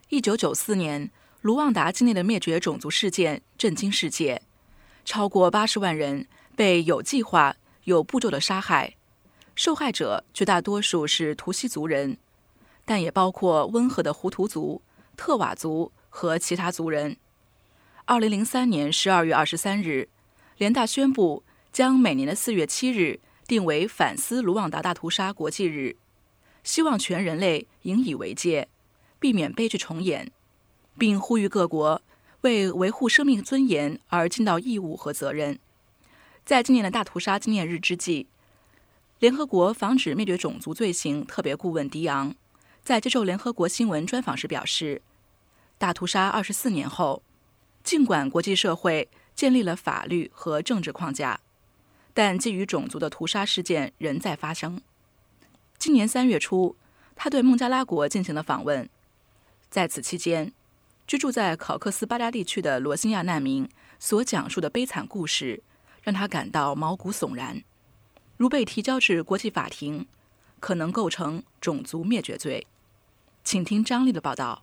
1994年，卢旺达境内的灭绝种族事件震惊世界，超过80万人被有计划、有步骤的杀害，受害者绝大多数是图西族人，但也包括温和的胡图族、特瓦族和其他族人。2003年12月23日，联大宣布将每年的4月7日定为反思卢旺达大屠杀国际日，希望全人类引以为戒，避免悲剧重演，并呼吁各国为维护生命尊严而尽到义务和责任。在今年的大屠杀纪念日之际，联合国防止灭绝种族罪行特别顾问迪昂在接受联合国新闻专访时表示，大屠杀24年后，尽管国际社会建立了法律和政治框架，但基于种族的屠杀事件仍在发生。今年3月初，他对孟加拉国进行了访问。在此期间，居住在考克斯巴扎地区的罗兴亚难民所讲述的悲惨故事，让他感到毛骨悚然。如被提交至国际法庭，可能构成种族灭绝罪。请听张丽的报道。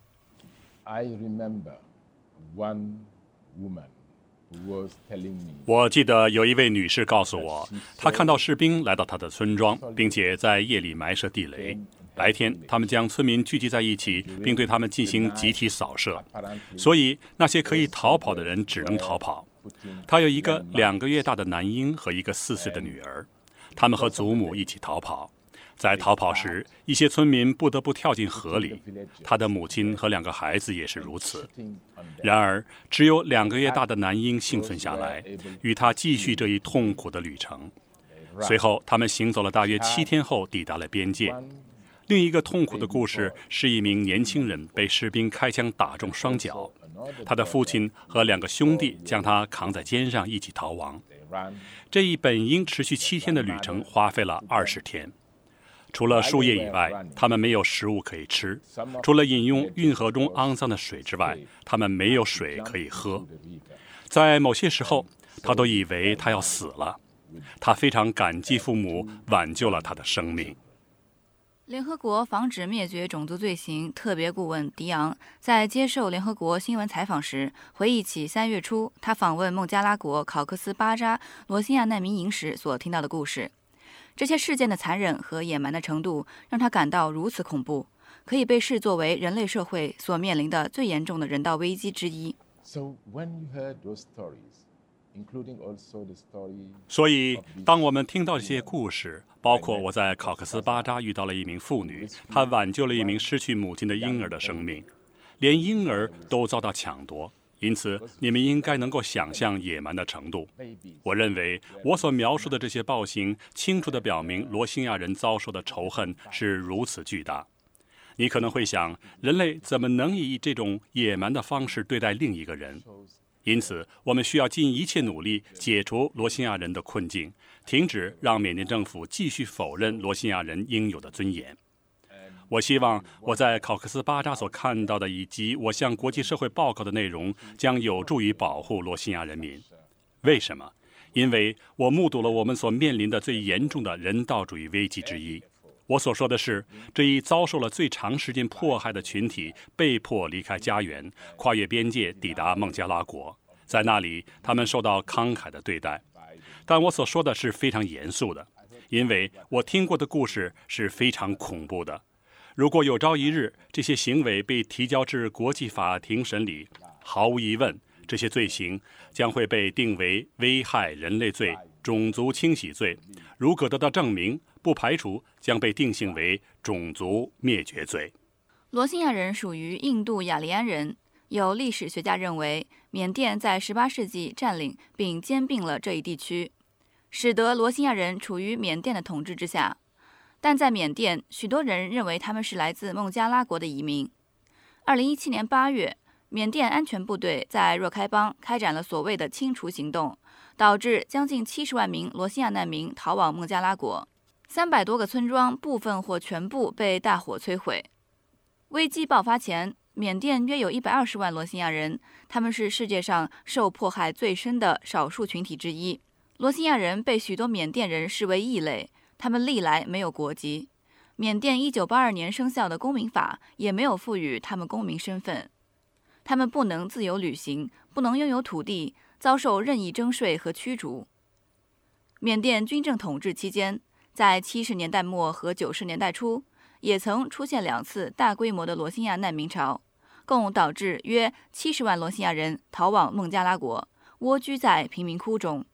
我记得有一位女士告诉我，她看到士兵来到她的村庄，并且在夜里埋设地雷。白天，他们将村民聚集在一起，并对他们进行集体扫射，所以那些可以逃跑的人只能逃跑。她有一个2个月大的男婴和一个4岁的女儿，他们和祖母一起逃跑。在逃跑时，一些村民不得不跳进河里，他的母亲和2个孩子也是如此。然而，只有2个月大的男婴幸存下来，与他继续这一痛苦的旅程。随后，他们行走了大约7天后抵达了边界。另一个痛苦的故事是一名年轻人被士兵开枪打中双脚，他的父亲和2个兄弟将他扛在肩上一起逃亡。这一本应持续7天的旅程花费了20天。除了树叶以外，他们没有食物可以吃；除了饮用运河中肮脏的水之外，他们没有水可以喝。在某些时候，他都以为他要死了。他非常感激父母挽救了他的生命。 联合国防止灭绝种族罪行特别顾问迪昂在接受联合国新闻采访时，回忆起3月初他访问孟加拉国考克斯巴扎罗兴亚难民营时所听到的故事。这些事件的残忍和野蛮的程度让他感到如此恐怖，可以被视作为人类社会所面临的最严重的人道危机之一。 所以，当我们听到这些故事，包括我在考克斯巴扎遇到了一名妇女，她挽救了一名失去母亲的婴儿的生命，连婴儿都遭到抢夺。因此，你们应该能够想象野蛮的程度。我认为，我所描述的这些暴行，清楚地表明罗兴亚人遭受的仇恨是如此巨大。你可能会想，人类怎么能以这种野蛮的方式对待另一个人？因此，我们需要尽一切努力解除罗兴亚人的困境，停止让缅甸政府继续否认罗兴亚人应有的尊严。我希望我在考克斯巴扎所看到的，以及我向国际社会报告的内容，将有助于保护罗兴亚人民。为什么？因为我目睹了我们所面临的最严重的人道主义危机之一。我所说的是，这一遭受了最长时间迫害的群体被迫离开家园，跨越边界抵达孟加拉国，在那里他们受到慷慨的对待。但我所说的是非常严肃的，因为我听过的故事是非常恐怖的。如果有朝一日这些行为被提交至国际法庭审理，毫无疑问，这些罪行将会被定为危害人类罪、种族清洗罪。如果得到证明，不排除将被定性为种族灭绝罪。 罗兴亚人属于印度雅利安人，有历史学家认为，缅甸在18世纪占领并兼并了这一地区，使得罗兴亚人处于缅甸的统治之下。但在缅甸，许多人认为他们是来自孟加拉国的移民。2017年8月，缅甸安全部队在若开邦开展了所谓的清除行动，导致将近70万名罗兴亚难民逃往孟加拉国。300多个村庄部分或全部被大火摧毁。危机爆发前，缅甸约有120万罗兴亚人，他们是世界上受迫害最深的少数群体之一。罗兴亚人被许多缅甸人视为异类，他们历来没有国籍。 缅甸1982年生效的公民法也没有赋予他们公民身份，他们不能自由旅行，不能拥有土地，遭受任意征税和驱逐。缅甸军政统治期间，在70年代末和90年代初，也曾出现2次大规模的罗兴亚难民潮，共导致约70万罗兴亚人逃往孟加拉国，蜗居在贫民窟中。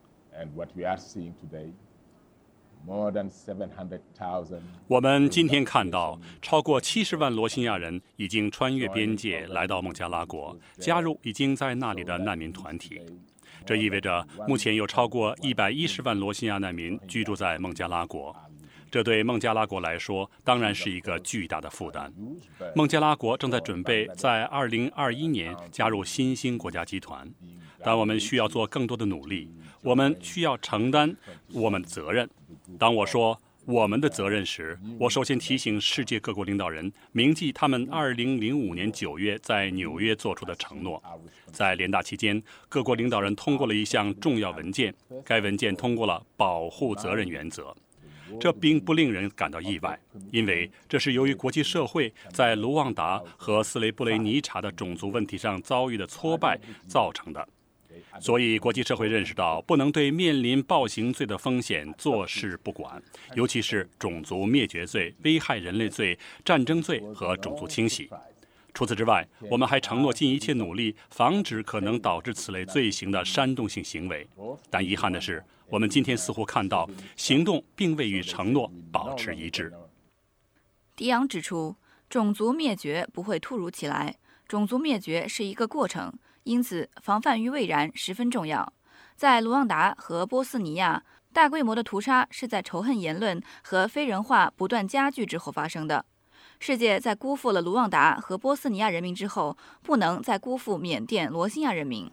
我们今天看到，超过70万罗兴亚人已经穿越边界来到孟加拉国，加入已经在那里的难民团体。这意味着目前有超过110万罗兴亚难民居住在孟加拉国。这对孟加拉国来说当然是一个巨大的负担。孟加拉国正在准备在2021年加入新兴国家集团，但我们需要做更多的努力，我们需要承担我们的责任。当我说我们的责任时，我首先提醒世界各国领导人铭记他们2005年9月在纽约做出的承诺。在联大期间，各国领导人通过了一项重要文件，该文件通过了保护责任原则。这并不令人感到意外，因为这是由于国际社会在卢旺达和斯雷布雷尼察的种族问题上遭遇的挫败造成的。所以国际社会认识到不能对面临暴行罪的风险坐视不管，尤其是种族灭绝罪、危害人类罪、战争罪和种族清洗。除此之外，我们还承诺尽一切努力防止可能导致此类罪行的煽动性行为。但遗憾的是，我们今天似乎看到行动并未与承诺保持一致。 迪昂指出，种族灭绝不会突如其来，种族灭绝是一个过程，因此防范于未然十分重要。在卢旺达和波斯尼亚，大规模的屠杀是在仇恨言论和非人化不断加剧之后发生的。世界在辜负了卢旺达和波斯尼亚人民之后，不能再辜负缅甸罗兴亚人民。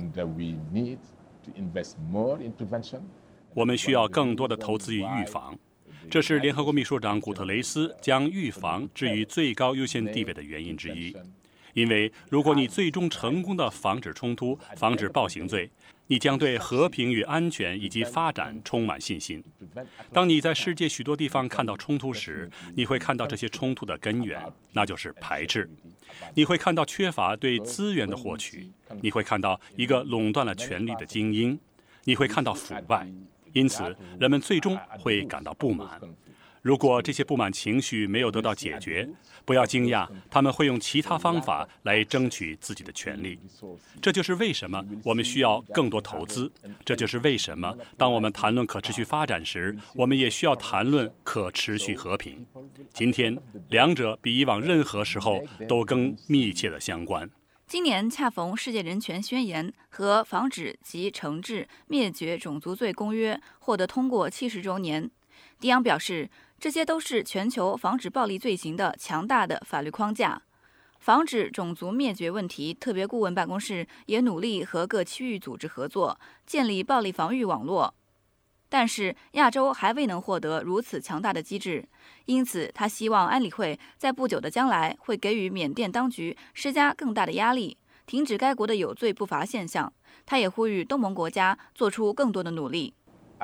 我们需要更多的投资与预防，这是联合国秘书长古特雷斯将预防置于最高优先地位的原因之一。因为如果你最终成功地防止冲突、防止暴行罪，你将对和平与安全以及发展充满信心。当你在世界许多地方看到冲突时，你会看到这些冲突的根源，那就是排斥。你会看到缺乏对资源的获取，你会看到一个垄断了权力的精英，你会看到腐败，因此人们最终会感到不满。如果这些不满情绪没有得到解决，不要惊讶，他们会用其他方法来争取自己的权利。这就是为什么我们需要更多投资，这就是为什么当我们谈论可持续发展时，我们也需要谈论可持续和平。今天，两者比以往任何时候都更密切的相关。 今年恰逢世界人权宣言和防止及惩治灭绝种族罪公约获得通过70周年。迪昂表示，这些都是全球防止暴力罪行的强大的法律框架。防止种族灭绝问题特别顾问办公室也努力和各区域组织合作，建立暴力防御网络。但是亚洲还未能获得如此强大的机制，因此他希望安理会在不久的将来会给予缅甸当局施加更大的压力，停止该国的有罪不罚现象。他也呼吁东盟国家做出更多的努力。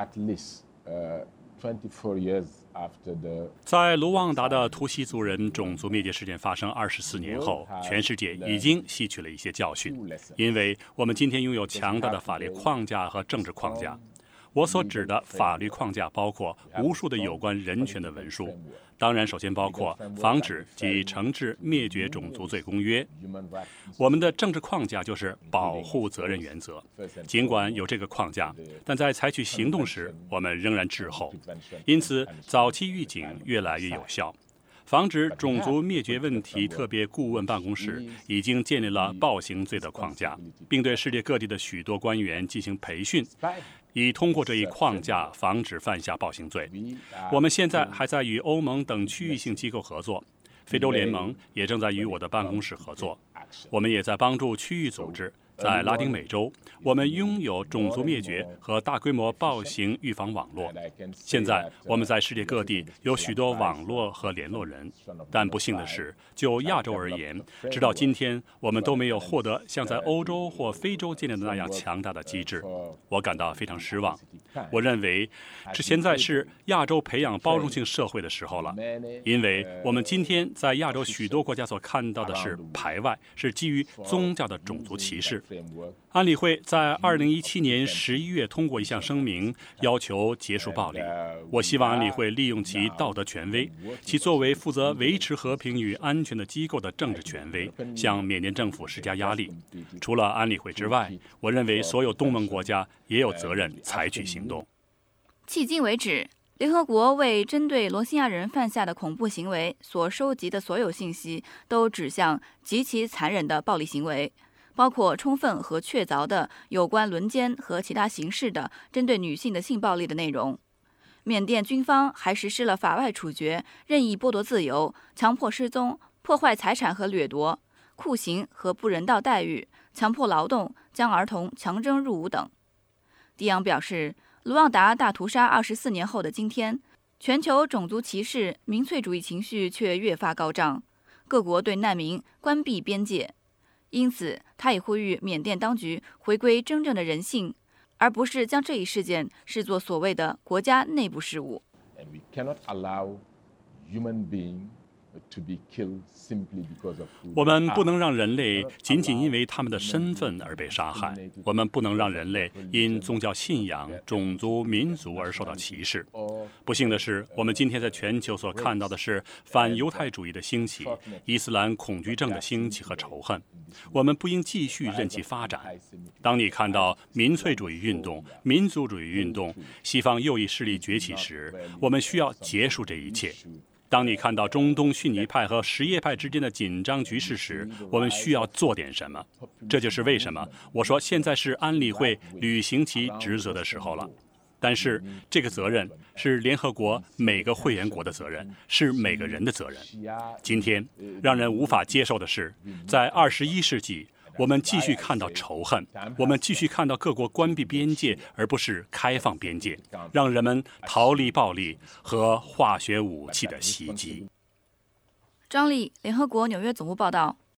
在卢旺达的图西族人种族灭绝事件发生24年后，全世界已经吸取了一些教训，因为我们今天拥有强大的法律框架和政治框架。我所指的法律框架包括无数的有关人权的文书，当然首先包括防止及惩治灭绝种族罪公约。我们的政治框架就是保护责任原则。尽管有这个框架，但在采取行动时，我们仍然滞后，因此早期预警越来越有效。防止种族灭绝问题特别顾问办公室已经建立了暴行罪的框架，并对世界各地的许多官员进行培训，以通过这一框架防止犯下暴行罪。我们现在还在与欧盟等区域性机构合作，非洲联盟也正在与我的办公室合作。我们也在帮助区域组织， 在拉丁美洲，我们拥有种族灭绝和大规模暴行预防网络。现在我们在世界各地有许多网络和联络人，但不幸的是，就亚洲而言，直到今天，我们都没有获得像在欧洲或非洲建立的那样强大的机制。我感到非常失望。我认为，这现在是亚洲培养包容性社会的时候了，因为我们今天在亚洲许多国家所看到的是排外，是基于宗教的种族歧视。安理会在2017年11月通过一项声明，要求结束暴力。我希望安理会利用其道德权威，其作为负责维持和平与安全的机构的政治权威，向缅甸政府施加压力。除了安理会之外，我认为所有东盟国家也有责任采取行动。 迄今为止，联合国为针对罗兴亚人犯下的恐怖行为所收集的所有信息，都指向极其残忍的暴力行为，包括充分和确凿的有关轮奸和其他形式的针对女性的性暴力的内容。缅甸军方还实施了法外处决、任意剥夺自由、强迫失踪、破坏财产和掠夺、酷刑和不人道待遇、强迫劳动、将儿童强征入伍等。迪昂表示，卢旺达大屠杀24年后的今天，全球种族歧视、民粹主义情绪却越发高涨，各国对难民关闭边界。因此，他也呼吁缅甸当局回归真正的人性，而不是将这一事件视作所谓的国家内部事务。 我们不能让人类仅仅因为他们的身份而被杀害，我们不能让人类因宗教信仰、种族、民族而受到歧视。不幸的是，我们今天在全球所看到的是反犹太主义的兴起、伊斯兰恐惧症的兴起和仇恨。我们不应继续任其发展。当你看到民粹主义运动、民族主义运动、西方右翼势力崛起时，我们需要结束这一切。当你看到中东逊尼派和什叶派之间的紧张局势时，我们需要做点什么。这就是为什么我说现在是安理会履行其职责的时候了。但是这个责任是联合国每个会员国的责任，是每个人的责任。今天让人无法接受的是，在21世纪，我们继续看到仇恨，我们继续看到各国关闭边界而不是开放边界，让人们逃离暴力和化学武器的袭击。 张丽，联合国纽约总部报道。